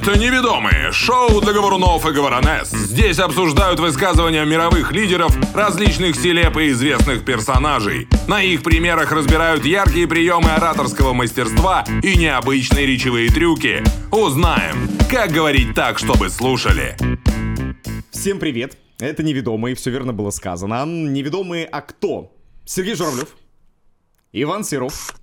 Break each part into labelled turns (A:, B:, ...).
A: Это «Неведомые» — шоу для говорунов и говоронесс. Здесь обсуждают высказывания мировых лидеров, различных селеб и известных персонажей. На их примерах разбирают яркие приемы ораторского мастерства и необычные речевые трюки. Узнаем, как говорить так, чтобы слушали.
B: Всем привет! Это «Неведомые», все верно было сказано. «Неведомые», а кто? Сергей Журавлев, Иван Серов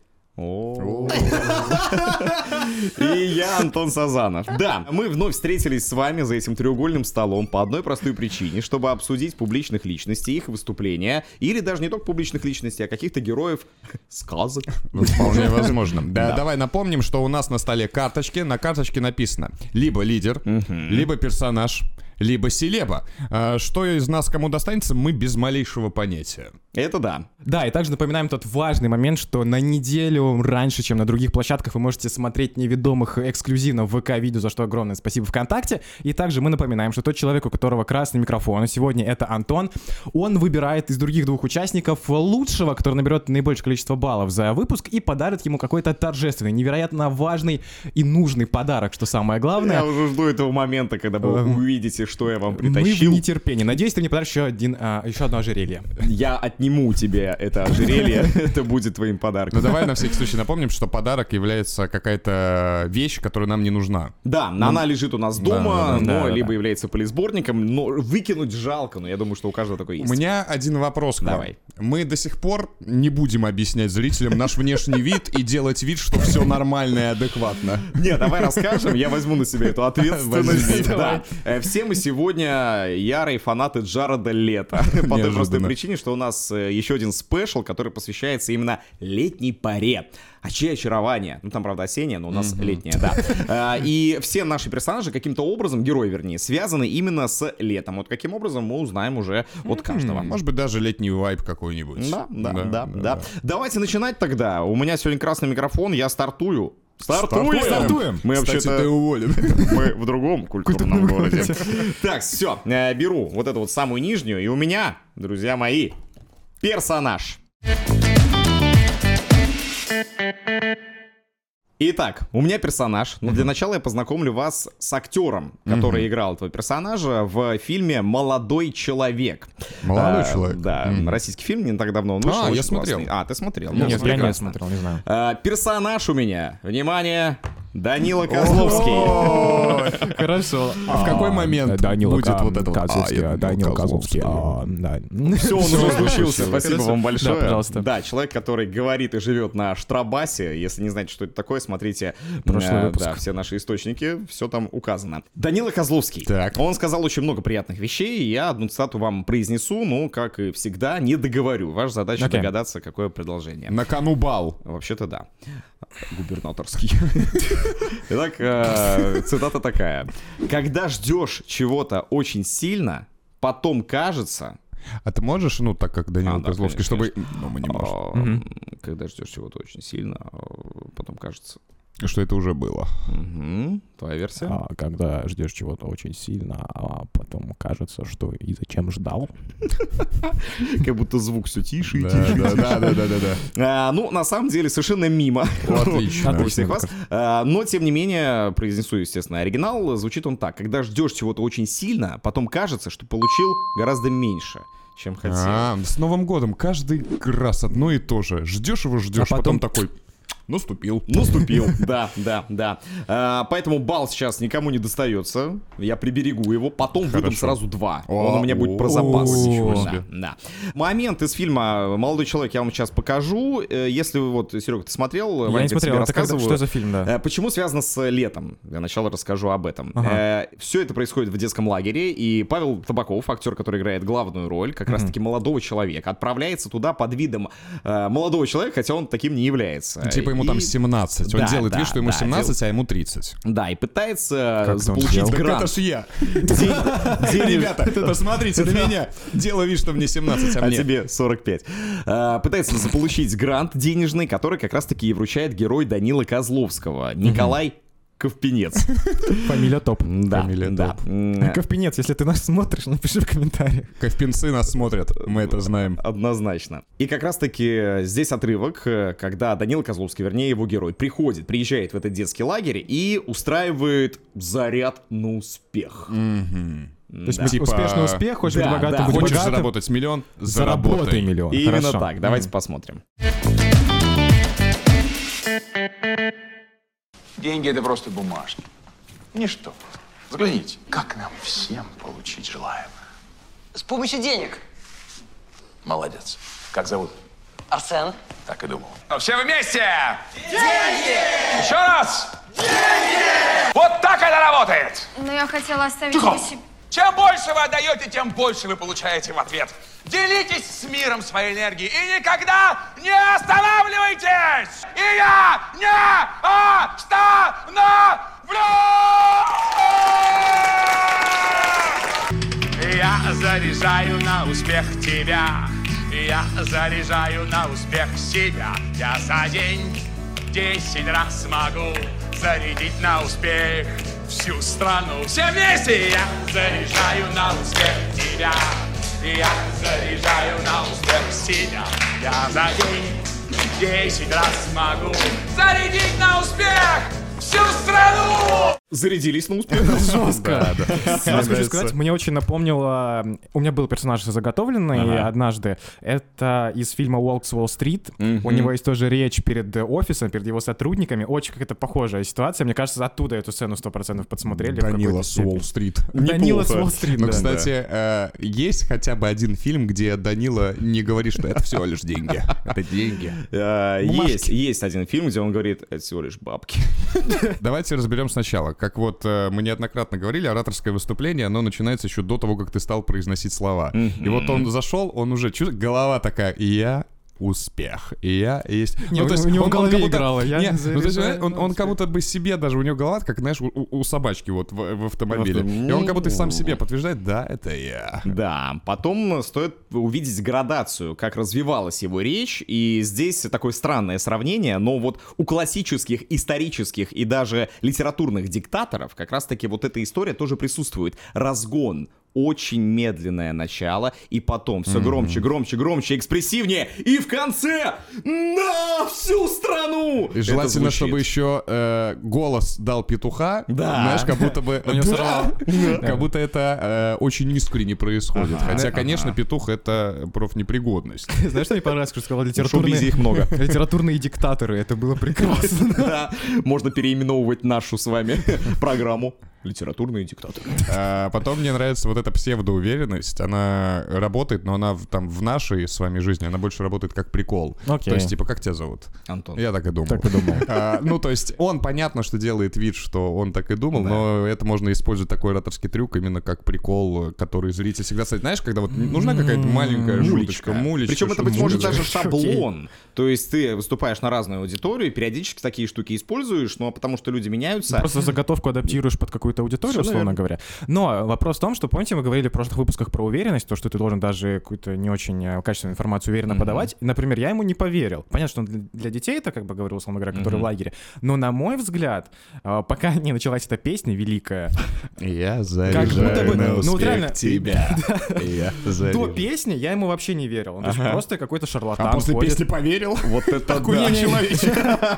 B: и я, Антон Сазанов. Да, мы вновь встретились с вами за этим треугольным столом по одной простой причине, чтобы обсудить публичных личностей, их выступления, или даже не только публичных личностей, а каких-то героев сказок.
C: Вполне возможно. Да, давай напомним, что у нас на столе карточки. На карточке написано либо лидер, либо персонаж, либо селеба. Что из нас кому достанется, мы без малейшего понятия.
B: Это да.
D: Да, и также напоминаем тот важный момент, что на неделю раньше, чем на других площадках, вы можете смотреть «Неведомых» эксклюзивно в ВК-видео, за что огромное спасибо ВКонтакте. И также мы напоминаем, что тот человек, у которого красный микрофон, сегодня это Антон, он выбирает из других двух участников лучшего, который наберет наибольшее количество баллов за выпуск, и подарит ему какой-то торжественный, невероятно важный и нужный подарок, что самое главное.
B: Я уже жду этого момента, когда вы увидите, что я вам притащил.
D: Мы в нетерпении. Надеюсь, ты мне подаришь еще одно ожерелье.
B: Я отниму тебе это ожерелье, это будет твоим подарком.
C: Ну давай на всякий случай напомним, что подарок является какая-то вещь, которая нам не нужна.
B: Да, она лежит у нас дома, но либо является полисборником, но выкинуть жалко, но я думаю, что у каждого такой есть.
C: У меня один вопрос к вам.
B: Давай.
C: Мы до сих пор не будем объяснять зрителям наш внешний вид и делать вид, что все нормально и адекватно.
B: Не, давай расскажем, я возьму на себя эту ответственность. Да. Все мы сегодня ярые фанаты Джареда Лето. По той простой причине, что у нас еще один спешл, который посвящается именно летней паре. А чье очарование? Ну, там, правда, осеннее, но у нас летнее, да. И все наши персонажи каким-то образом, герои, вернее, связаны именно с летом. Вот каким образом мы узнаем уже от каждого.
C: Может быть, даже летний вайб какой-нибудь.
B: Да. Давайте начинать тогда. У меня сегодня красный микрофон, я стартую. Стартуем! Мы
C: Кстати, ты уволен.
B: Мы в другом культурном городе. Так, все, беру вот эту вот самую нижнюю, и у меня, друзья мои, персонаж. Итак, у меня персонаж, но для начала я познакомлю вас с актером, который играл этого персонажа в фильме «Молодой человек».
C: «Молодой человек»?
B: Да, российский фильм, не так давно он вышел.
C: Я смотрел.
B: Классный. Ты смотрел?
D: Нет, я не смотрел, не знаю.
B: Персонаж у меня, внимание, Данила Козловский.
D: Хорошо.
C: А в какой момент будет вот это вот?
D: Данила Козловский.
B: Все, он уже случился. Спасибо вам
D: Да,
B: большое.
D: пожалуйста.
B: Да, человек, который говорит и живет на Штрабасе. Если не знаете, что это такое, смотрите
D: Прошлый выпуск.
B: да, все наши источники, все там указано. Данила Козловский.
C: Так.
B: Он сказал очень много приятных вещей. Я одну цитату вам произнесу, но, как и всегда, не договорю. Ваша задача догадаться, какое продолжение.
C: На кону бал.
B: Вообще-то да. Губернаторский. Итак, цитата такая. Когда ждешь чего-то очень сильно, потом кажется...
C: А ты можешь, так как Данила Козловский,
B: конечно,
C: чтобы... Ну, мы не можем.
B: Когда ждешь чего-то очень сильно, потом кажется...
C: Что это уже было.
B: Твоя версия?
D: Когда ждешь чего-то очень сильно, а потом кажется, что и зачем ждал.
B: Как будто звук все тише и
C: Да,
B: тише.
C: да.
B: Ну, на самом деле, совершенно мимо.
C: Отлично.
B: У всех вас. Но, тем не менее, произнесу, естественно, оригинал. Звучит он так. Когда ждешь чего-то очень сильно, потом кажется, что получил гораздо меньше, чем хотел.
C: С Новым годом каждый раз одно и то же. Ждешь его, потом такой... Наступил,
B: да. Поэтому балл сейчас никому не достается. Я приберегу его. Потом выдам сразу 2. Он у меня будет про запас. Да. Момент из фильма «Молодой человек» я вам сейчас покажу. Если вы, Серега, ты смотрел?
D: Я не смотрел. Что за фильм, да?
B: Почему связано с летом? Для начала расскажу об этом. Все это происходит в детском лагере. И Павел Табаков, актер, который играет главную роль, как раз-таки молодого человека, отправляется туда под видом молодого человека, хотя он таким не является.
C: Типа ему там 17. Он делает вид, что ему 17, а ему 30.
B: Да, и пытается заполучить грант.
C: Это ж я. Ребята, посмотрите на меня. Делаю вид, что мне 17, а мне...
B: тебе 45. Пытается заполучить грант денежный, который как раз-таки и вручает герой Данила Козловского. Николай Ковпинец.
D: Фамилия топ.
B: Да,
C: Фамилия
B: да.
D: Ковпинец, если ты нас смотришь, напиши в комментариях.
C: Ковпинцы нас смотрят, мы это знаем.
B: Однозначно. И как раз-таки здесь отрывок, когда Данила Козловский, вернее его герой, приезжает в этот детский лагерь и устраивает заряд на успех.
D: То есть
B: Да.
D: успешный успех, хочешь быть
B: Да,
D: богатым,
B: да.
D: будь
C: Хочешь
D: богатым,
C: заработать миллион?
D: заработай
C: Заработай.
D: миллион.
B: И именно
D: Хорошо.
B: так. Давайте посмотрим.
E: Деньги — это просто бумажки. Ничто. Взгляните, как нам всем получить желаемое.
F: С помощью денег.
E: Молодец. Как зовут?
F: Арсен.
E: Так и думал. Ну, все вместе! Деньги! Еще раз! Деньги! Вот так это работает!
G: Но я хотела оставить
E: Тихо!
G: для себя.
E: Чем больше вы отдаете, тем больше вы получаете в ответ. Делитесь с миром своей энергией и никогда не останавливайтесь! И я не остановлюсь! Я заряжаю на успех тебя. Я заряжаю на успех себя. Я за день 10 раз могу зарядить на успех всю страну. Все вместе! Я заряжаю на успех тебя. Я заряжаю на успех себя. Я за день 10 раз могу зарядить на успех всю страну!
B: Зарядились на успех.
D: Жестко. Я хочу сказать, мне очень напомнило... У меня был персонаж заготовленный однажды. Это из фильма «Волк с Уолл-стрит». У него есть тоже речь перед офисом, перед его сотрудниками. Очень какая-то похожая ситуация. Мне кажется, оттуда эту сцену 100% подсмотрели.
C: Данила с Уолл-стрит.
D: Данила с Уолл-стрит,
C: Ну,
D: да.
C: кстати, есть хотя бы один фильм, где Данила не говорит, что это всего лишь деньги. Это деньги.
B: Есть один фильм, где он говорит, это всего лишь бабки.
C: Давайте разберем сначала. Как вот мы неоднократно говорили, ораторское выступление, оно начинается еще до того, как ты стал произносить слова. И вот он зашел, он уже чувствует, голова такая, и я... успех. И я есть...
D: Не, у него в голове играло. Я заряжаю
C: Он как будто бы себе даже, у него голова, как, знаешь, у собачки вот в автомобиле. И он как будто сам себе подтверждает, да, это я.
B: Да, потом стоит увидеть градацию, как развивалась его речь, и здесь такое странное сравнение, но вот у классических, исторических и даже литературных диктаторов как раз-таки вот эта история тоже присутствует. Разгон, очень медленное начало, и потом все громче, громче, громче, экспрессивнее, и в конце на всю страну!
C: И желательно, чтобы еще голос дал петуха,
B: Да.
C: знаешь, как будто бы...
D: У него сорвало.
C: Как будто это очень искренне происходит. Хотя, конечно, петух — это профнепригодность.
D: Знаешь, что мне понравилось, что сказал
B: В шоу-бизе их много.
D: литературные диктаторы. Это было прекрасно.
B: Да, можно переименовывать нашу с вами программу. Литературные диктаторы.
C: Потом мне нравится вот эта псевдоуверенность. Она работает, но она там в нашей с вами жизни, она больше работает как прикол.
D: Окей.
C: То есть, типа, как тебя зовут?
B: Антон.
C: Я так и думал.
D: Так и думал.
C: Ну, то есть, он понятно, что делает вид, что он так и думал, но это можно использовать такой ораторский трюк именно как прикол, который зритель всегда... Кстати, знаешь, когда вот нужна какая-то маленькая шуточка, мулечка.
B: Причем это, быть
C: чтобы
B: может,
C: мулечка.
B: даже шаблон. То есть ты выступаешь на разную аудиторию, периодически такие штуки используешь, но потому что люди меняются.
D: Просто заготовку адаптируешь под какую-то аудиторию,
B: Всё
D: условно говоря. Но вопрос в том, что, помните, мы говорили в прошлых выпусках про уверенность, то, что ты должен даже какую-то не очень качественную информацию уверенно подавать. Например, я ему не поверил. Понятно, что он для детей это, как бы говорил, условно говоря, которые в лагере. Но, на мой взгляд, пока не началась эта песня великая,
C: Я
D: будто бы,
C: заряжаю на
D: ну, вот реально,
C: успех тебя. Я
D: до
C: заряжаю.
D: песни я ему вообще не верил. Он то есть просто какой-то шарлатан.
C: А после
D: ходит.
C: песни поверил?
B: Вот это
C: Охуенный
B: да.
C: человечек.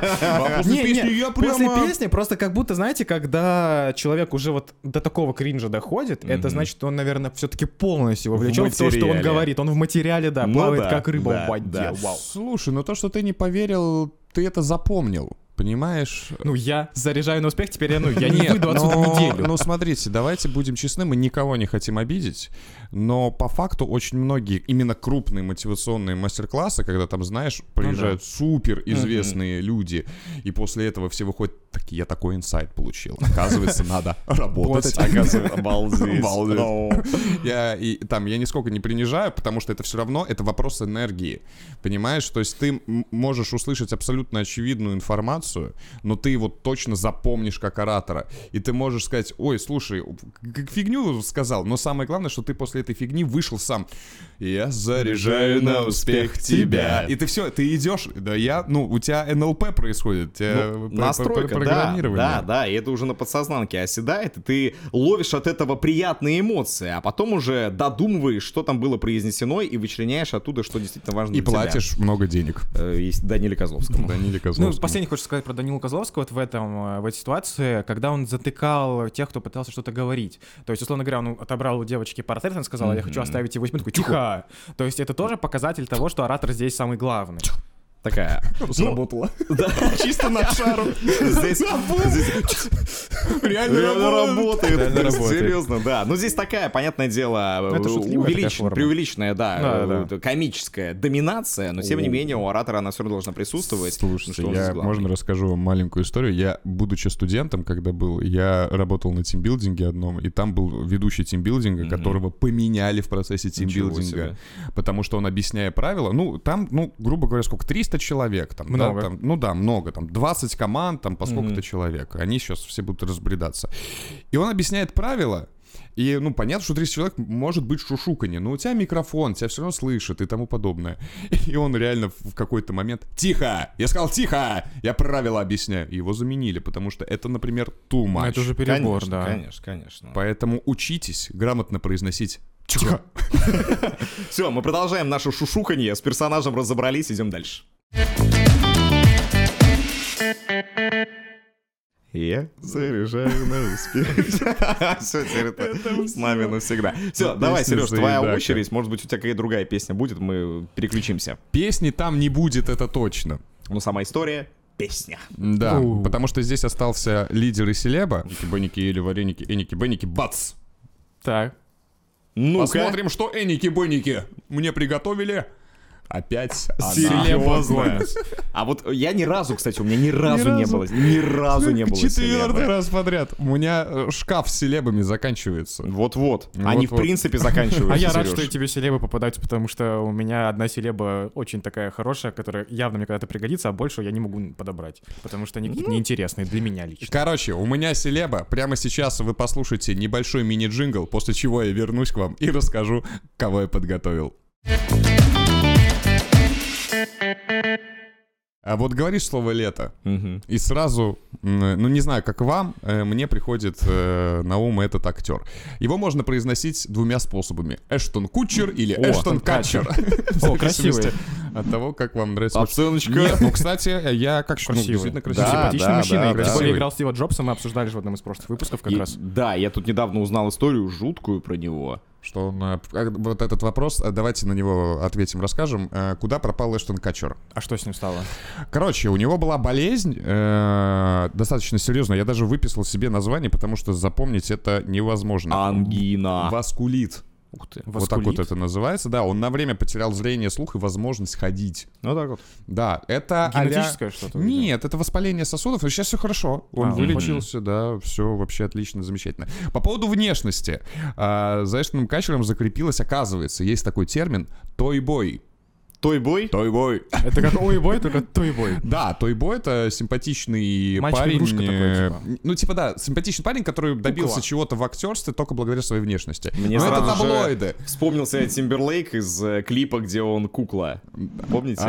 C: А после
D: Не,
C: песни
D: не,
C: я
D: после
C: прямо...
D: песни просто как будто, знаете, когда человек уже вот до такого кринжа доходит, это значит, что он, наверное, все-таки полностью вовлечен в то, что он
B: материале.
D: говорит. Он в материале, да,
B: Ну
D: плавает
B: да,
D: как рыба
B: да,
D: в воде.
B: да.
D: Вау.
C: Слушай, ну то, что ты не поверил, ты это запомнил. Понимаешь?
D: Ну, я заряжаю на успех, теперь я не
C: Нет,
D: выйду отсюда
C: но-
D: неделю.
C: Ну, смотрите, давайте будем честны, мы никого не хотим обидеть, но по факту очень многие именно крупные мотивационные мастер-классы, когда там, знаешь, приезжают супер известные люди, и после этого все выходят, так я такой инсайт получил. Оказывается, надо работать.
B: Оказывается, обалдеть.
C: Обалдеть.
B: Ну.
C: Я нисколько не принижаю, потому что это все равно это вопрос энергии. Понимаешь? То есть ты можешь услышать абсолютно очевидную информацию, номинацию, но ты его точно запомнишь как оратора. И ты можешь сказать: ой, слушай, как фигню сказал, но самое главное, что ты после этой фигни вышел сам. Я заряжаю на успех тебя. И ты все, ты идешь, да, у тебя НЛП происходит,
B: настройка,
C: программирование.
B: Да, и это уже на подсознанке оседает, и ты ловишь от этого приятные эмоции, а потом уже додумываешь, что там было произнесено, и вычленяешь оттуда, что действительно важно для тебя.
C: И платишь много денег.
B: Есть Даниле Козловскому.
D: Последний хочется сказать про Данилу Козловского вот в этой ситуации, когда он затыкал тех, кто пытался что-то говорить. То есть, условно говоря, он отобрал у девочки портрет, он сказал: я хочу оставить его, такой: тихо. То есть это тоже показатель того, что оратор здесь самый главный.
B: Такая.
C: Сработало.
B: Да.
C: Чисто на шару.
B: Здесь реально работает. Серьезно, да. Ну, здесь такая, понятное дело, преувеличенная, да, комическая доминация, но тем не менее у оратора она все равно должна присутствовать.
C: Слушайте, я, можно, расскажу вам маленькую историю. Я, будучи студентом, когда был, я работал на тимбилдинге одном, и там был ведущий тимбилдинга, которого поменяли в процессе тимбилдинга, потому что он, объясняя правила, там, грубо говоря, сколько, 300 человек, там,
D: много.
C: Да, много, там, 20 команд, там, по сколько-то человек, они сейчас все будут разбредаться. И он объясняет правила, и, понятно, что 30 человек может быть шушуканье, но у тебя микрофон, тебя все равно слышат и тому подобное. И он реально в какой-то момент: тихо! Я сказал тихо! Я правила объясняю. И его заменили, потому что это, например, too much.
D: Это уже перебор,
B: конечно,
D: да.
B: Конечно.
C: Поэтому учитесь грамотно произносить тихо.
B: Все, мы продолжаем наше шушуканье, с персонажем разобрались, идем дальше. Я заряжаю на успех. Все, теперь это с нами навсегда. Все, давай, Сереж, твоя очередь. Может быть, у тебя какая-то другая песня будет, мы переключимся.
C: Песни там не будет, это точно.
B: Но сама история — песня.
C: Да, потому что здесь остался лидер и селеба. Эники-беники или вареники, эники-беники, бац!
D: Так.
C: Посмотрим, что эники-беники мне приготовили. Опять
B: серьезно. А вот я ни разу, кстати, у меня ни разу не было селебы.
C: 4 раз подряд. У меня шкаф с селебами заканчивается.
B: Вот-вот. Они, в принципе, заканчиваются,
D: А я рад,
B: Сереж.
D: что тебе селебы попадаются, потому что у меня одна селеба очень такая хорошая, которая явно мне когда-то пригодится, а больше я не могу подобрать, потому что они какие-то неинтересные для меня лично.
C: Короче, у меня селеба. Прямо сейчас вы послушаете небольшой мини-джингл, после чего я вернусь к вам и расскажу, кого я подготовил. А вот говоришь слово «лето», и сразу, не знаю, как вам, мне приходит на ум этот актер. Его можно произносить двумя способами: Эштон Кутчер или Эштон Катчер.
D: О, красивый.
C: От того, как вам нравится.
B: Оценочка.
C: Нет, кстати, я как действительно красивый.
D: Симпатичный мужчина.
B: да.
D: Тем более играл Стива Джобса, мы обсуждали же в одном из прошлых выпусков как раз.
B: Да, я тут недавно узнал историю жуткую про него.
C: Что он, вот этот вопрос, давайте на него ответим, расскажем. Куда пропал Эштон Катчер?
D: А что с ним стало?
C: Короче, у него была болезнь достаточно серьезная. Я даже выписал себе название, потому что запомнить это невозможно.
B: Ангина.
C: Васкулит.
B: Ух ты.
C: Вот так вот это называется. Да, он на время потерял зрение, слух и возможность ходить.
B: Ну так вот.
C: Да, это
D: Генетическое что-то?
C: Нет, это воспаление сосудов, и сейчас все хорошо. Он вылечился, да, все вообще отлично, замечательно. По поводу внешности. За Эштоном Катчером закрепилось, оказывается, есть такой термин «тойбой».
B: Тойбой?
C: Тойбой.
D: Это как ойбой, только тойбой.
C: Да, тойбой — это симпатичный
D: Мальчик-игрушка
C: парень.
D: такой,
C: типа. Да, симпатичный парень, который добился чего-то в актерстве только благодаря своей внешности.
B: Мне
C: Но
B: сразу
C: это таблоиды.
B: же вспомнился Тимберлейк из клипа, где он кукла. Помните?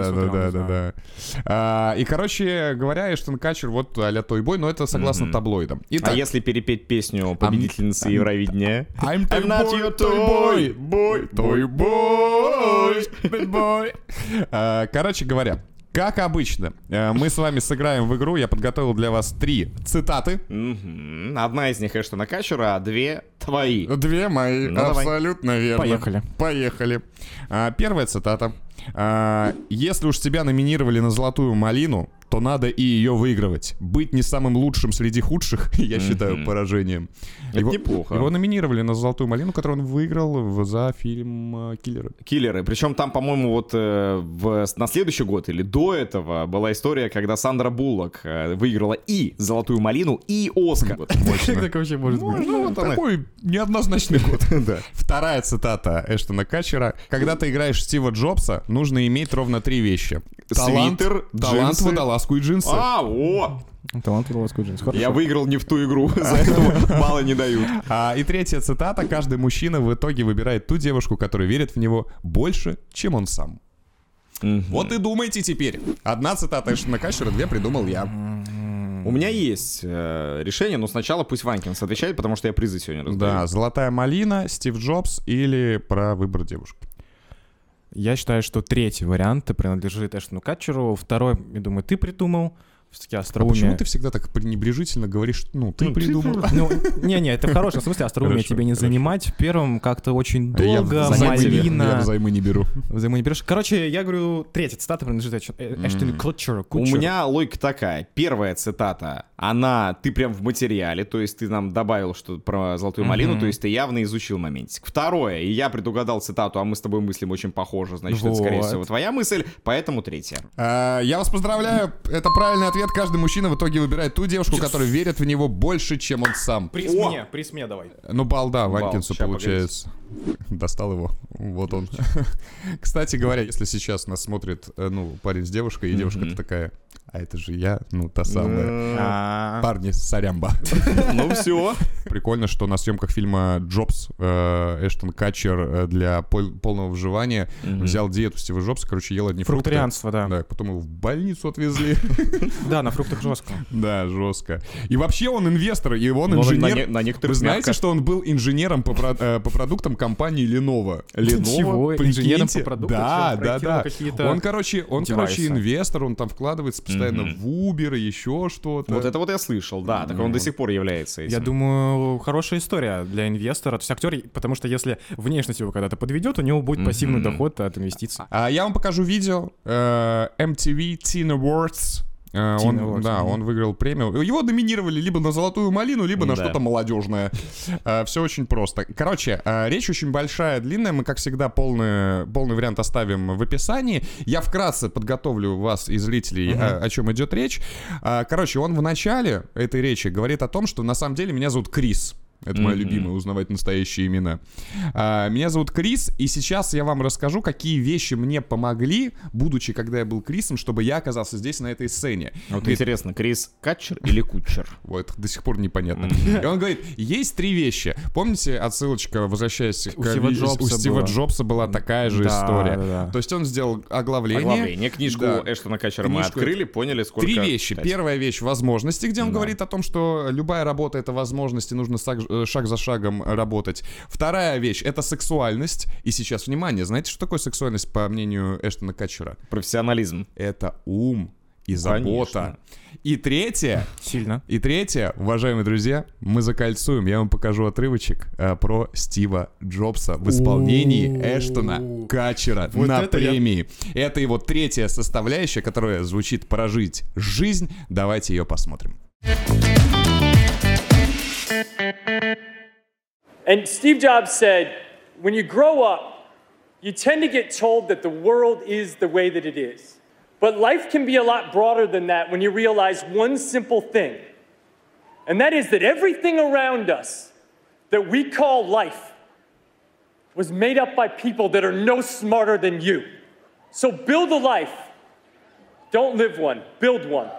C: Да. И, короче говоря, Эштон Катчер вот а-ля тойбой, но это согласно таблоидам.
B: А если перепеть песню победительницы Евровидения?
C: I'm not your toy boy, toy boy, bad boy. Короче говоря, как обычно, мы с вами сыграем в игру. Я подготовил для вас 3 цитаты.
B: Одна из них Эштона Катчера, а 2 твои.
C: 2 мои, абсолютно верно. Поехали. Первая цитата. Если уж тебя номинировали на «Золотую малину», то надо и ее выигрывать. Быть не самым лучшим среди худших, я считаю, поражением.
B: Это неплохо.
C: Его номинировали на «Золотую малину», которую он выиграл за фильм «Киллеры».
B: «Киллеры». Причем там, по-моему, вот на следующий год или до этого была история, когда Сандра Буллок выиграла и «Золотую малину», и «Оскар».
D: Как так вообще может быть?
C: Ну, такой неоднозначный год. Вторая цитата Эштона Катчера. Когда ты играешь Стива Джобса, нужно иметь ровно 3 вещи.
B: свитер,
C: талант,
B: джинсы.
C: водолазку и джинсы.
D: Талант водолазку джинс.
B: Я выиграл не в ту игру, за это баллы не дают.
C: И третья цитата. Каждый мужчина в итоге выбирает ту девушку, которая верит в него больше, чем он сам. Вот и думайте теперь. Одна цитата Эштона Катчера, две придумал я.
B: У меня есть решение, но сначала пусть Ванькинс отвечает, потому что я призы сегодня раздаю.
C: Да, «Золотая малина», Стив Джобс или про выбор девушки.
D: Я считаю, что третий вариант принадлежит Эштону Катчеру. Второй, я думаю, ты придумал. Все-таки остроумие.
C: Почему ты всегда так пренебрежительно говоришь, ты придумал?
D: Не, это в хорошем смысле, остроумие тебе не занимать. В первом как-то очень долго,
C: Я
D: малина.
C: взаймы не беру.
D: Взаймы не берешь. Короче, я говорю, третья цитата принадлежит Эштону Катчеру.
B: У меня логика такая. Первая цитата, ты прям в материале, то есть ты нам добавил что про «Золотую малину», то есть ты явно изучил моментик. Второе, и я предугадал цитату, а мы с тобой мыслим очень похоже, значит, это, скорее всего, твоя мысль, поэтому третья.
C: Я вас поздравляю, это правильный ответ. Каждый мужчина в итоге выбирает ту девушку, которая верит в него больше, чем он сам.
D: Приз мне давай.
C: Ну, балл, да,
B: Балл,
C: Ванькинсу
B: ща,
C: получается. Достал его. Вот он. Кстати говоря, если сейчас нас смотрит, парень с девушкой, и девушка-то такая, а это же я, та самая. Парни, сорямба.
B: Ну все.
C: Прикольно, что на съемках фильма «Джобс» Эштон Катчер для полного выживания взял диету Стива Джобса, ел одни фрукты.
D: Фрукторианство, да.
C: Да, потом его в больницу отвезли.
D: Да, на фруктах жестко.
C: Да, жестко. И вообще он инвестор, и он инженер.
B: На некоторых
C: Вы знаете,
B: мягко.
C: что он был инженером по продуктам компании Lenovo?
D: Чего? Инженером по продуктам?
C: Да.
D: Какие-то
C: Он, короче,
D: девайсы.
C: инвестор, он там вкладывается постоянно в Uber и еще что-то.
B: Вот это вот я слышал, да, так он до сих пор является этим.
D: Я думаю, хорошая история для инвестора. То есть актер, потому что если внешность его когда-то подведет, у него будет пассивный доход от инвестиций.
C: Я вам покажу видео. MTV Teen Awards. Он выиграл премию. Его номинировали либо на «Золотую малину», либо на что-то молодежное. Все очень просто. Короче, речь очень большая, длинная. Мы, как всегда, полный вариант оставим в описании. Я вкратце подготовлю вас и зрителей, о чем идет речь. Короче, он в начале этой речи говорит о том, что на самом деле меня зовут Крис. Это мое любимое, узнавать настоящие имена. Меня зовут Крис, и сейчас я вам расскажу, какие вещи мне помогли, будучи, когда я был Крисом, чтобы я оказался здесь, на этой сцене.
B: Вот интересно, Крис Катчер или Кутчер?
C: Вот, до сих пор непонятно. И он говорит, есть три вещи. Помните, отсылочка, возвращаясь к у Стива Джобса была такая же история.
D: Да.
C: То есть он сделал оглавление.
B: Книжку Эштона Катчера мы открыли, поняли, сколько...
C: Три вещи. Первая вещь — возможности, где он говорит о том, что любая работа — это возможности, нужно шаг за шагом работать. Вторая вещь — это сексуальность. И сейчас, внимание, знаете, что такое сексуальность, по мнению Эштона Катчера?
B: Профессионализм.
C: Это ум и забота. И третье, уважаемые друзья, мы закольцуем. Я вам покажу отрывочек про Стива Джобса в исполнении Эштона Катчера на премии. Это его третья составляющая, которая звучит «Прожить жизнь». Давайте ее посмотрим.
G: And Steve Jobs said, when you grow up, you tend to get told that the world is the way that it is. But life can be a lot broader than that when you realize one simple thing. And that is that everything around us that we call life was made up by people that are no smarter than you. So build a life. Don't live one, build one.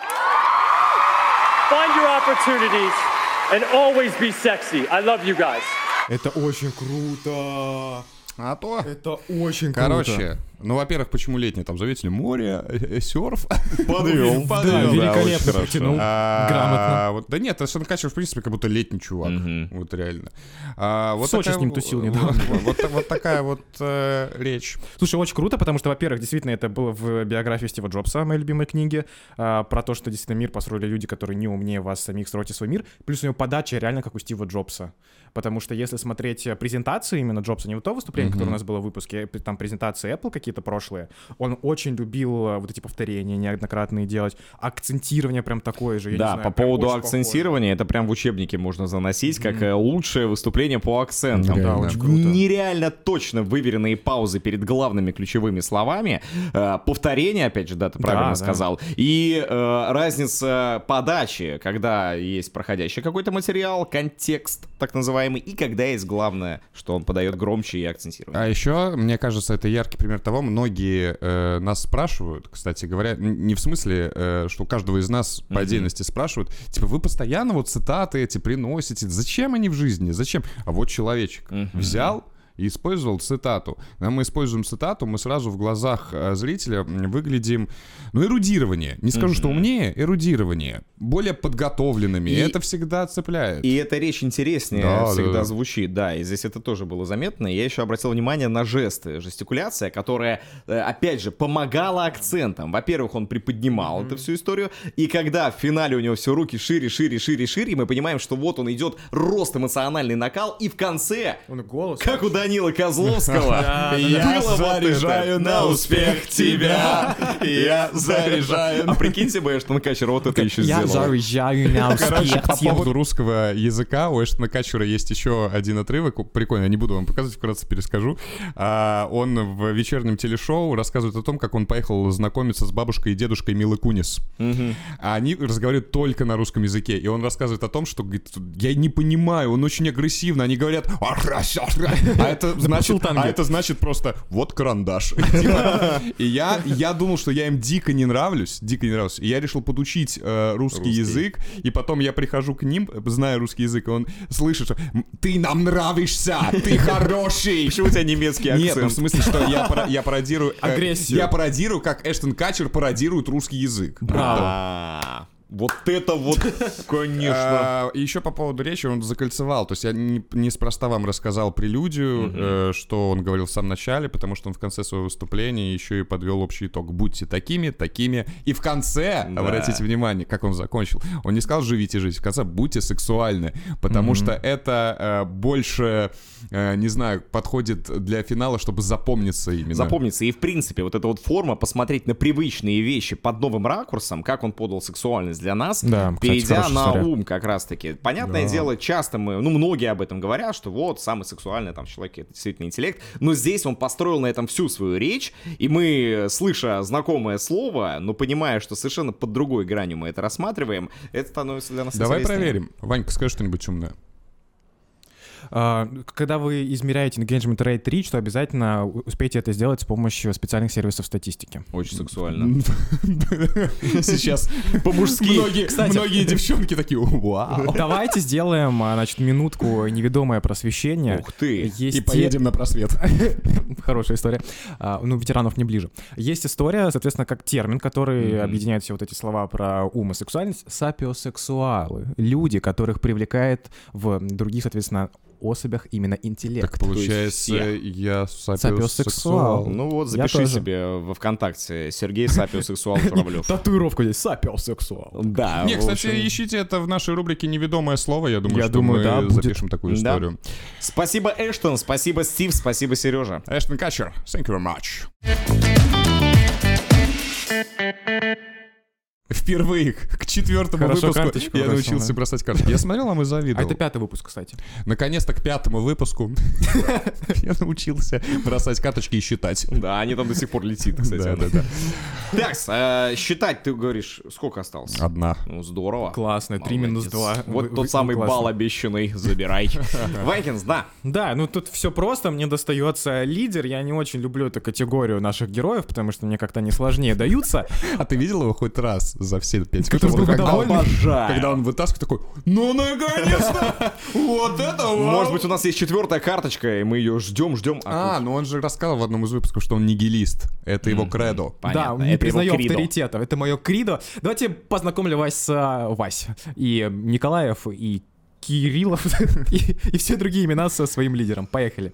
G: Find your opportunities. And always be sexy. I love you guys.
D: Это очень круто.
C: А то...
D: Это очень круто.
C: Короче, во-первых, почему летнее? Там заветили море, серф.
B: Подвел.
D: Да, великолепно потянул. Грамотно.
C: Да нет, Эштон Катчер, в принципе, как будто летний чувак. Вот реально.
D: В Сочи с ним тусил недавно.
C: Вот такая вот речь.
D: Слушай, очень круто, потому что, во-первых, действительно, это было в биографии Стива Джобса, моей любимой книге, про то, что действительно мир построили люди, которые не умнее вас самих, стройте свой мир. Плюс у него подача реально как у Стива Джобса. Потому что если смотреть презентации именно Джобса, не вот то выступление, которое у нас было в выпуске, там презентации Apple какие-то прошлые, он очень любил вот эти повторения неоднократные делать, акцентирование прям такое же, я не знаю.
B: По поводу акцентирования, это прям в учебнике можно заносить, как лучшее выступление по акцентам.
D: Да, очень круто.
B: Нереально точно выверенные паузы перед главными ключевыми словами, повторение, опять же, да, ты правильно сказал, и разница подачи, когда есть проходящий какой-то материал, контекст, так называемый, и когда есть главное, что он подает громче и акцентирует. цитирования.
C: А еще, мне кажется, это яркий пример того, многие нас спрашивают, кстати говоря, не в смысле, что каждого из нас по отдельности спрашивают, типа, вы постоянно вот цитаты эти приносите, зачем они в жизни, зачем? А вот человечек взял и использовал цитату. Когда мы используем цитату, мы сразу в глазах зрителя выглядим, эрудирование. Не скажу, что умнее, эрудирование. Более подготовленными. И это всегда цепляет.
B: И эта речь интереснее всегда звучит. Да, и здесь это тоже было заметно. Я еще обратил внимание на жесты. Жестикуляция, которая, опять же, помогала акцентам. Во-первых, он приподнимал эту всю историю. И когда в финале у него все руки шире, мы понимаем, что вот он идет рост, эмоциональный накал. И в конце, как у Данила Козловского,
C: я заряжаю на успех тебя. Я заряжаю.
B: А прикиньте бы, Эштон Катчер вот это еще сделал.
D: Я заряжаю на успех
C: Короче, по
D: тебя.
C: поводу русского языка у Эштона Катчера есть еще один отрывок. Прикольно, я не буду вам показывать, вкратце перескажу. Он в вечернем телешоу рассказывает о том, как он поехал знакомиться с бабушкой и дедушкой Милы Кунис. А они разговаривают только на русском языке. И он рассказывает о том, что, говорит, я не понимаю, он очень агрессивно. Они говорят... А это значит просто вот карандаш. И я думал, что я им дико не нравлюсь. И я решил подучить русский язык. И потом я прихожу к ним, зная русский язык, и он слышит, что ты нам нравишься, ты хороший.
B: Почему у тебя немецкий акцент?
C: Нет, в смысле, что я пародирую...
D: Агрессию.
C: Я пародирую, как Эштон Катчер пародирует русский язык.
B: Вот это вот, конечно.
C: И еще по поводу речи он закольцевал. То есть я неспроста вам рассказал прелюдию, что он говорил в самом начале, потому что он в конце своего выступления еще и подвел общий итог. Будьте такими, такими. И в конце, обратите внимание, как он закончил. Он не сказал «живите жизнь», в конце «будьте сексуальны», потому что это больше, не знаю, подходит для финала, чтобы запомниться именно.
B: Запомниться. И в принципе вот эта вот форма посмотреть на привычные вещи под новым ракурсом, как он подал сексуальность для нас, перейдя на ум как раз-таки. Понятное дело, часто мы, многие об этом говорят, что вот, самый сексуальный там человек — это действительно интеллект, но здесь он построил на этом всю свою речь, и мы, слыша знакомое слово, но понимая, что совершенно под другой гранью мы это рассматриваем, это становится для нас
C: Давай
B: интереснее.
C: проверим. Ванька, скажи что-нибудь умное.
D: Когда вы измеряете engagement rate reach, то обязательно успейте это сделать с помощью специальных сервисов статистики.
B: Очень сексуально.
C: Сейчас
B: по-мужски.
C: Многие девчонки такие: вау.
D: Давайте сделаем, минутку неведомое просвещение.
B: Ух ты.
C: И поедем на просвет.
D: Хорошая история. Ветеранов не ближе. Есть история, соответственно, как термин, который объединяет все вот эти слова про ум и сексуальность. Сапиосексуалы. Люди, которых привлекает в других, соответственно, особях именно интеллект.
C: Так получается, я
D: сапиосексуал.
B: Ну вот, запиши себе во ВКонтакте: Сергей Сапиосексуал Журавлев.
D: Татуировку здесь: сапиосексуал.
B: Да.
C: Не, кстати, ищите это в нашей рубрике «Неведомое слово». Я думаю, что мы запишем такую историю.
B: Спасибо, Эштон, спасибо, Стив, спасибо, Сережа.
C: Эштон Катчер, thank you very much. Впервые к 4-му выпуску я научился бросать карточки. Я смотрел, вам и завидовал.
D: А это 5-й выпуск, кстати.
C: Наконец-то к 5-му выпуску я научился бросать карточки и считать.
B: Да, они там до сих пор летит, кстати.
C: Да.
B: Так, считать, ты говоришь, сколько осталось?
C: 1.
B: Ну, здорово.
D: Классно, 3 минус 2.
B: Вот тот самый балл обещанный, забирай. Вайкинс, да.
D: Да, тут все просто, мне достается лидер. Я не очень люблю эту категорию наших героев, потому что мне как-то они сложнее даются.
C: А ты видел его хоть раз за все 5
D: выпусков?
B: Обожаю.
C: он вытаскивает такой: ну наконец-то! Вот это вау!
B: Может быть, у нас есть 4-я карточка, и мы ее ждем.
C: Ну он же рассказал в одном из выпусков, что он нигилист. Это его кредо.
D: Да, не признаю авторитетов. Это мое кридо. Давайте познакомлю вас с Вась и Николаев, и Кириллов, и все другие имена со своим лидером. Поехали.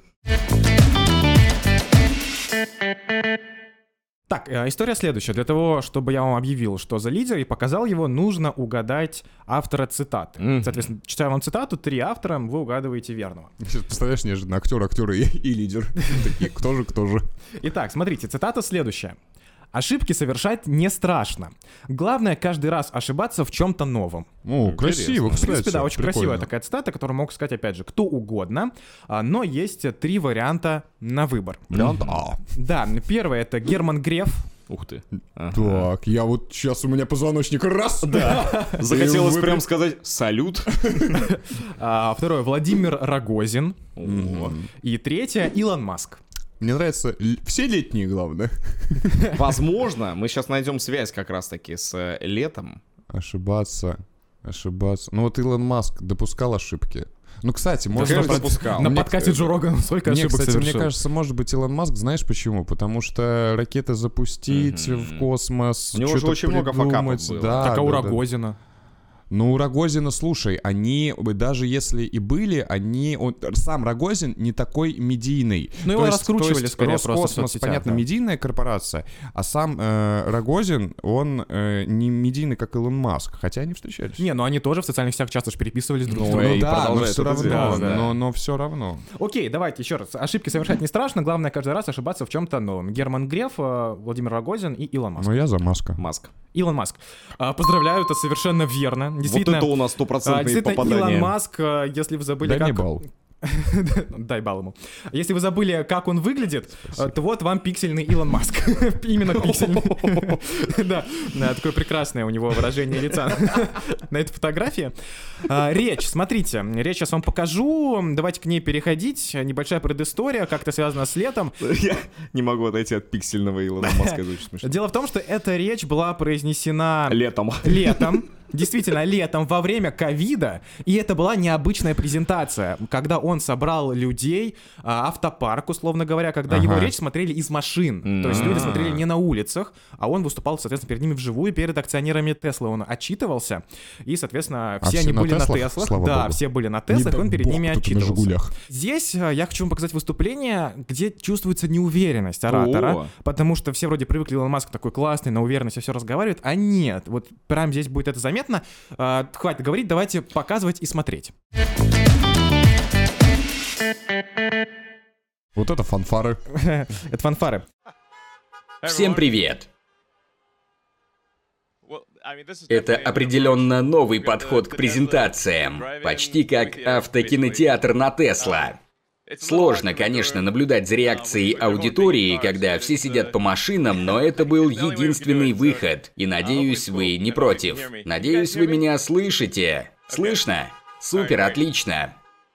D: Так, история следующая. Для того, чтобы я вам объявил, что за лидер, и показал его, нужно угадать автора цитаты. Соответственно, читаю вам цитату, 3 автора, вы угадываете верного.
C: Сейчас представляешь, неожиданно актер и лидер. Такие, кто же?
D: Итак, смотрите, цитата следующая. Ошибки совершать не страшно. Главное каждый раз ошибаться в чем-то новом.
C: Красиво, кстати.
D: В принципе, да, очень
C: прикольно.
D: красивая такая цитата, которую мог сказать, опять же, кто угодно. Но есть 3 варианта на выбор.
C: Вариант А.
D: Да, первый — это Герман Греф.
B: Ух ты.
C: Так, я вот сейчас у меня позвоночник раз.
B: Да. Захотелось прям сказать «салют».
D: Второе, Владимир Рогозин. И третье, Илон Маск.
C: Мне нравится все летние, главное.
B: Возможно, мы сейчас найдем связь как раз-таки с летом.
C: Ошибаться. Ну вот Илон Маск допускал ошибки. Ну, кстати, может быть...
B: допускал.
D: На подкасте Джо Рогана сколько ошибок
C: кстати,
D: совершил.
C: мне кажется, может быть, Илон Маск, знаешь почему? Потому что ракеты запустить в космос,
B: у него же очень много факапов было.
C: Да,
D: Так, а у
C: да.
D: Рогозина?
C: Ну, у Рогозина, слушай, они, даже если и были, сам Рогозин не такой медийный.
D: Ну, его раскручивали скорее просто в
C: Роскосмос,
D: соцсетях,
C: понятно,
D: да.
C: медийная корпорация, а сам Рогозин, он не медийный, как Илон Маск, хотя они встречались.
D: Не, ну они тоже в социальных сетях часто же переписывались друг с
B: Ну,
D: другом.
B: и
C: да, но
B: продолжает
C: все
B: это
C: равно,
B: делать, да.
C: но все равно.
D: Окей, давайте еще раз. Ошибки совершать не страшно, главное каждый раз ошибаться в чем-то новом. Герман Греф, Владимир Рогозин и Илон Маск.
C: Ну, я за Маска.
B: Маск.
D: Илон Маск. Поздравляю, это совершенно верно. Действительно,
B: Вот это у нас стопроцентные
D: действительно,
B: попадания.
D: Илон Маск, если вы забыли,
C: Дай
D: как...
C: мне балл.
D: Дай балл ему. Если вы забыли, как он выглядит, то вот вам пиксельный Илон Маск. Именно пиксельный. Да, такое прекрасное у него выражение лица на этой фотографии. Речь, смотрите, речь сейчас вам покажу. Давайте к ней переходить. Небольшая предыстория, как-то связана с летом.
B: Я не могу отойти от пиксельного Илона Маска, это очень смешно.
D: Дело в том, что эта речь была произнесена...
B: Летом.
D: Действительно, летом, во время ковида, и это была необычная презентация, когда он собрал людей, автопарк, условно говоря, когда его речь смотрели из машин, то есть люди смотрели не на улицах, а он выступал, соответственно, перед ними вживую, перед акционерами Теслы он отчитывался, и, соответственно, все они были на Теслах, да, все были на Теслах, и он перед ними отчитывался. Здесь я хочу вам показать выступление, где чувствуется неуверенность оратора, потому что все вроде привыкли, Илон Маск такой классный, на уверенности все разговаривает, а нет, вот прям здесь будет это заметно. Хватит говорить, давайте показывать и смотреть.
C: Вот это фанфары.
D: Это фанфары.
H: Всем привет! Это определенно новый подход к презентациям, почти как автокинотеатр на Тесла. Сложно, конечно, наблюдать за реакцией аудитории, когда все сидят по машинам, но это был единственный выход. И надеюсь, вы не против. Надеюсь, вы меня слышите. Слышно? Супер, отлично.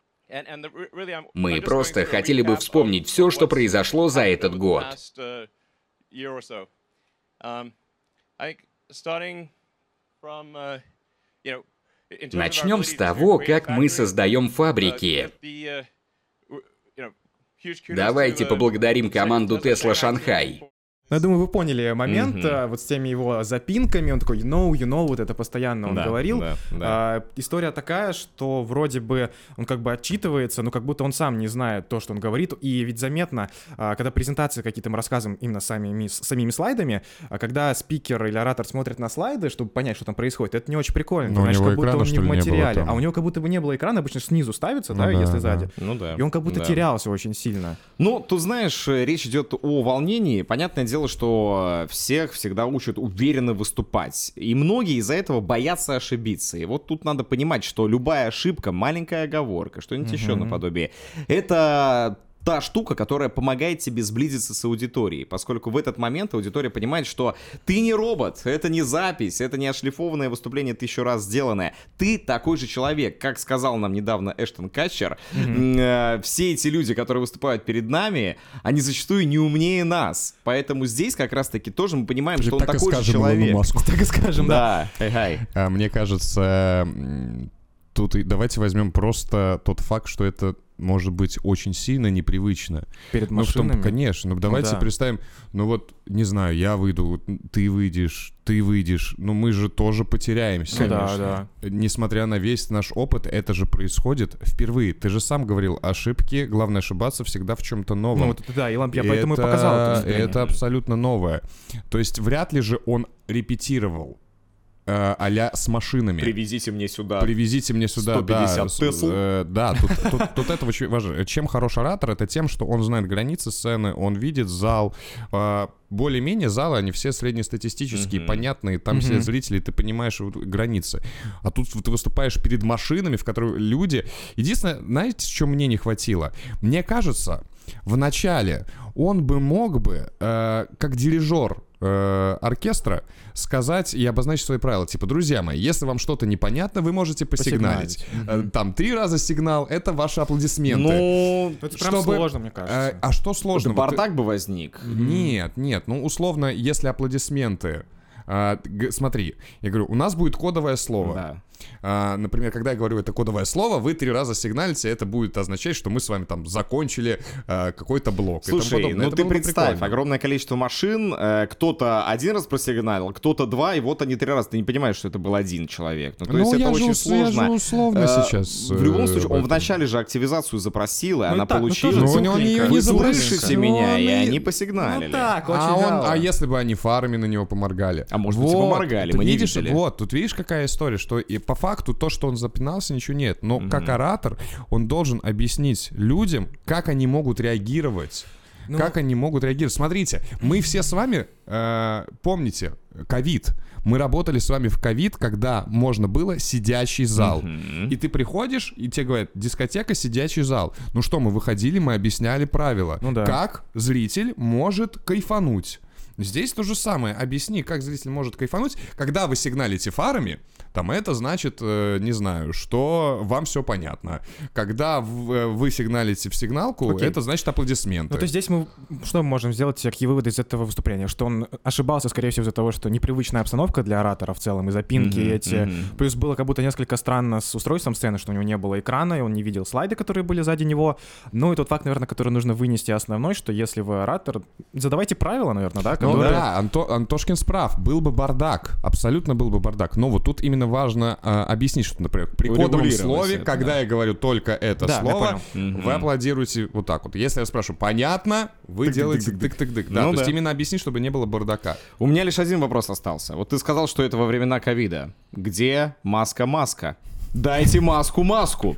H: Мы просто хотели бы вспомнить все, что произошло за этот год. Начнем с того, как мы создаем фабрики. Давайте поблагодарим команду Tesla Шанхай.
D: Ну, я думаю, вы поняли момент, вот с теми его запинками, он такой, you know, вот это постоянно он говорил. История такая, что вроде бы он как бы отчитывается, но как будто он сам не знает то, что он говорит, и ведь заметно, когда презентации какие-то мы рассказываем именно самими слайдами, когда спикер или оратор смотрит на слайды, чтобы понять, что там происходит, это не очень прикольно,
C: но
D: значит,
C: у него
D: как будто он не в материале,
C: а
D: у него как будто бы не было экрана, обычно снизу ставится, да, если сзади, и он как будто терялся очень сильно.
B: Ну, тут знаешь, речь идет о волнении, понятное дело, что всех всегда учат уверенно выступать. И многие из-за этого боятся ошибиться. И вот тут надо понимать, что любая ошибка, маленькая оговорка, что-нибудь еще наподобие, это та штука, которая помогает тебе сблизиться с аудиторией, поскольку в этот момент аудитория понимает, что ты не робот, это не запись, это не отшлифованное выступление 1000 раз сделанное. Ты такой же человек, как сказал нам недавно Эштон Катчер. Все эти люди, которые выступают перед нами, они зачастую не умнее нас. Поэтому здесь как раз-таки тоже мы понимаем, что он такой же человек.
D: Так и скажем, да.
C: Мне кажется, тут давайте возьмем просто тот факт, что это может быть очень сильно непривычно.
D: Перед машинами?
C: Конечно. Ну, давайте представим, ну вот, не знаю, я выйду, ты выйдешь, ну мы же тоже потеряемся.
D: Да.
C: Несмотря на весь наш опыт, это же происходит впервые. Ты же сам говорил, ошибки, главное ошибаться всегда в чем-то новом.
D: Ну, вот, да, Илон, я поэтому и показал это.
C: Это абсолютно новое. То есть вряд ли же он репетировал а-ля с машинами.
B: Привезите мне сюда
C: 150
B: Тесл.
C: Да, тут это очень важно. Чем хорош оратор, это тем, что он знает границы сцены, он видит зал. Более-менее залы, они все среднестатистические, понятные, там все зрители, ты понимаешь границы. А тут ты выступаешь перед машинами, в которые люди... Единственное, знаете, чего мне не хватило? Мне кажется, в начале он бы мог бы, как дирижер оркестра, сказать и обозначить свои правила. Типа, друзья мои, если вам что-то непонятно, вы можете посигналить. Там 3 раза сигнал — это ваши аплодисменты.
B: Ну,
D: Это прям сложно, мне кажется.
C: А что сложно?
B: Бардак бы возник.
C: Нет, ну условно, если аплодисменты... Смотри, я говорю, у нас будет кодовое слово.
B: Да.
C: Например, когда я говорю это кодовое слово, вы 3 раза сигналите, это будет означать, что мы с вами там закончили какой-то блок.
B: Слушай, ну ты представь,
C: прикольно.
B: огромное количество машин, кто-то 1 раз просигналил, кто-то 2, и вот они 3 раза. Ты не понимаешь, что это был 1 человек. Ну, то есть это очень сложно.
C: Я же условно сейчас.
B: В любом случае, он вначале же активизацию запросил, и она получила.
C: он ее не запросил.
B: Вы слышите меня, и они посигналили.
D: Ну так, очень
C: А если бы они фарами на него поморгали?
B: А может быть, и поморгали, мы не видели.
C: Вот, тут видишь, какая история, что и по факту то, что он запинался, ничего нет. Но как оратор он должен объяснить людям, как они могут реагировать. Как они могут реагировать. Смотрите, мы все с вами, помните, ковид. Мы работали с вами в ковид, когда можно было сидящий зал. И ты приходишь, и тебе говорят, дискотека, сидячий зал. Ну что, мы выходили, мы объясняли правила. Как зритель может кайфануть. Здесь то же самое. Объясни, как зритель может кайфануть. Когда вы сигналите фарами, там это значит, не знаю, что вам все понятно. Когда вы сигналите в сигналку, это значит аплодисменты.
D: Ну, то есть здесь мы что мы можем сделать, какие выводы из этого выступления? Что он ошибался, скорее всего, из-за того, что непривычная обстановка для оратора в целом, и запинки эти. Плюс было как будто несколько странно с устройством сцены, что у него не было экрана, и он не видел слайды, которые были сзади него. Ну и тот факт, наверное, который нужно вынести основной, что если вы оратор, задавайте правила, наверное, да?
C: Ну да, Антошкин справ, был бы бардак, абсолютно был бы бардак. Но вот тут именно важно объяснить, что, например, при кодовом слове, это, когда я говорю только это слово, вы аплодируете вот так вот. Если я спрашиваю, понятно, вы делаете тык-тык-тык. Да, то есть именно объяснить, чтобы не было бардака.
B: У меня лишь один вопрос остался. Вот ты сказал, что это во времена ковида. Где маска-маска? Дайте маску-маску.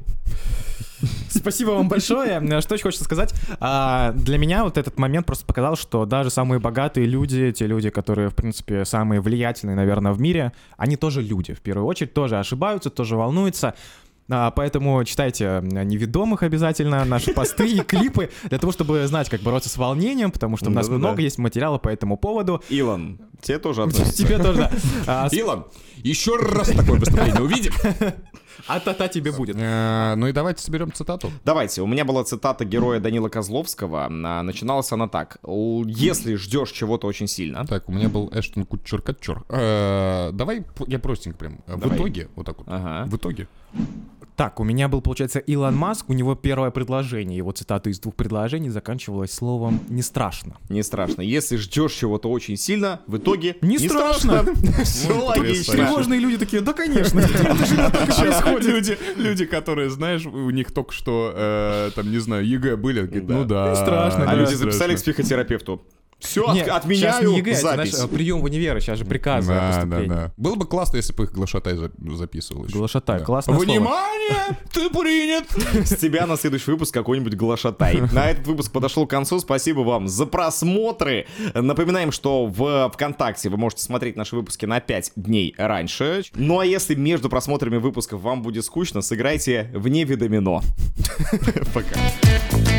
D: Спасибо вам большое. Что еще хочется сказать? Для меня вот этот момент просто показал, что даже самые богатые люди, те люди, которые, в принципе, самые влиятельные, наверное, в мире, они тоже люди, в первую очередь, тоже ошибаются, тоже волнуются. Поэтому читайте «Неведомых» обязательно, наши посты и клипы, для того, чтобы знать, как бороться с волнением, потому что у нас много есть материала по этому поводу.
B: Илон, тебе тоже относится.
D: Тебе тоже, да.
C: Илон, еще раз такое выступление увидим.
D: А-та-та тебе будет.
C: Ну и давайте соберем цитату.
B: Давайте, у меня была цитата героя Данила Козловского. Начиналась она так. Если ждешь чего-то очень сильно.
C: Так, у меня был Эштон Кутчер. Давай я простенько прям. В итоге, вот так вот. В итоге.
D: Так, у меня был, получается, Илон Маск, у него первое предложение, его цитата из 2 предложений заканчивалась словом «не страшно».
B: Не страшно. Если ждешь чего-то очень сильно, в итоге
D: не страшно.
B: Все логично.
D: Тревожные люди такие, да, конечно. Это же так и происходит.
C: Люди, которые, знаешь, у них только что, там, не знаю, ЕГЭ были, ну да.
D: Не страшно.
B: А люди записали к психотерапевту. Все, отменяю запись.
D: Прием в универы, сейчас же приказы о поступлении.
C: Да. Было бы классно, если бы их глашатай записывал еще.
D: Глашатай, классное слово.
C: Внимание! Ты принят!
B: С тебя на следующий выпуск какой-нибудь глашатай. На этот выпуск подошел к концу. Спасибо вам за просмотры. Напоминаем, что в ВКонтакте вы можете смотреть наши выпуски на 5 дней раньше. Ну а если между просмотрами выпусков вам будет скучно, сыграйте в Неведомино. Пока.